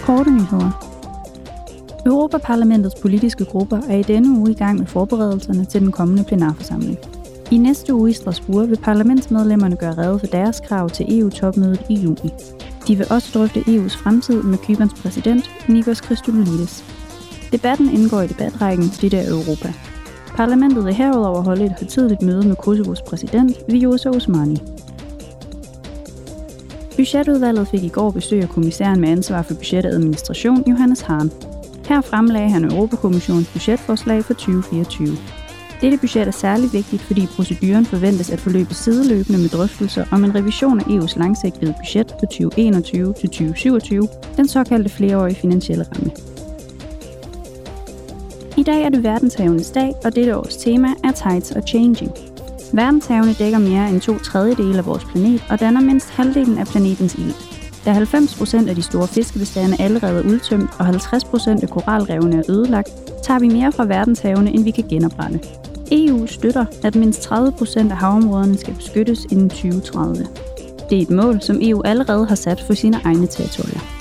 Korte nyheder. Europaparlamentets politiske grupper er i denne uge i gang med forberedelserne til den kommende plenarforsamling. I næste uge i Strasbourg vil parlamentsmedlemmerne gøre rede for deres krav til EU-topmødet i juni. De vil også drøfte EU's fremtid med Cyperns præsident, Nikos Christodoulidis. Debatten indgår i debatrækken Det er Europa. Parlamentet vil herudover holde et højtideligt møde med Kosovos præsident, Vjosa Osmani. Budgetudvalget fik i går besøg af kommissæren med ansvar for budget og administration, Johannes Hahn. Her fremlagde han Europakommissionens budgetforslag for 2024. Dette budget er særlig vigtigt, fordi proceduren forventes at forløbe sideløbende med drøftelser om en revision af EU's langsigtede budget for 2021 til 2027, den såkaldte flereårige finansielle ramme. I dag er det verdenshavenes dag, og dette års tema er Tides are Changing. Verdenshavene dækker mere end 2/3 af vores planet og danner mindst halvdelen af planetens ilt. Da 90% af de store fiskebestande allerede er udtømt og 50% af koralrevene er ødelagt, tager vi mere fra verdenshavene, end vi kan genoprette. EU støtter, at mindst 30% af havområderne skal beskyttes inden 2030. Det er et mål, som EU allerede har sat for sine egne territorier.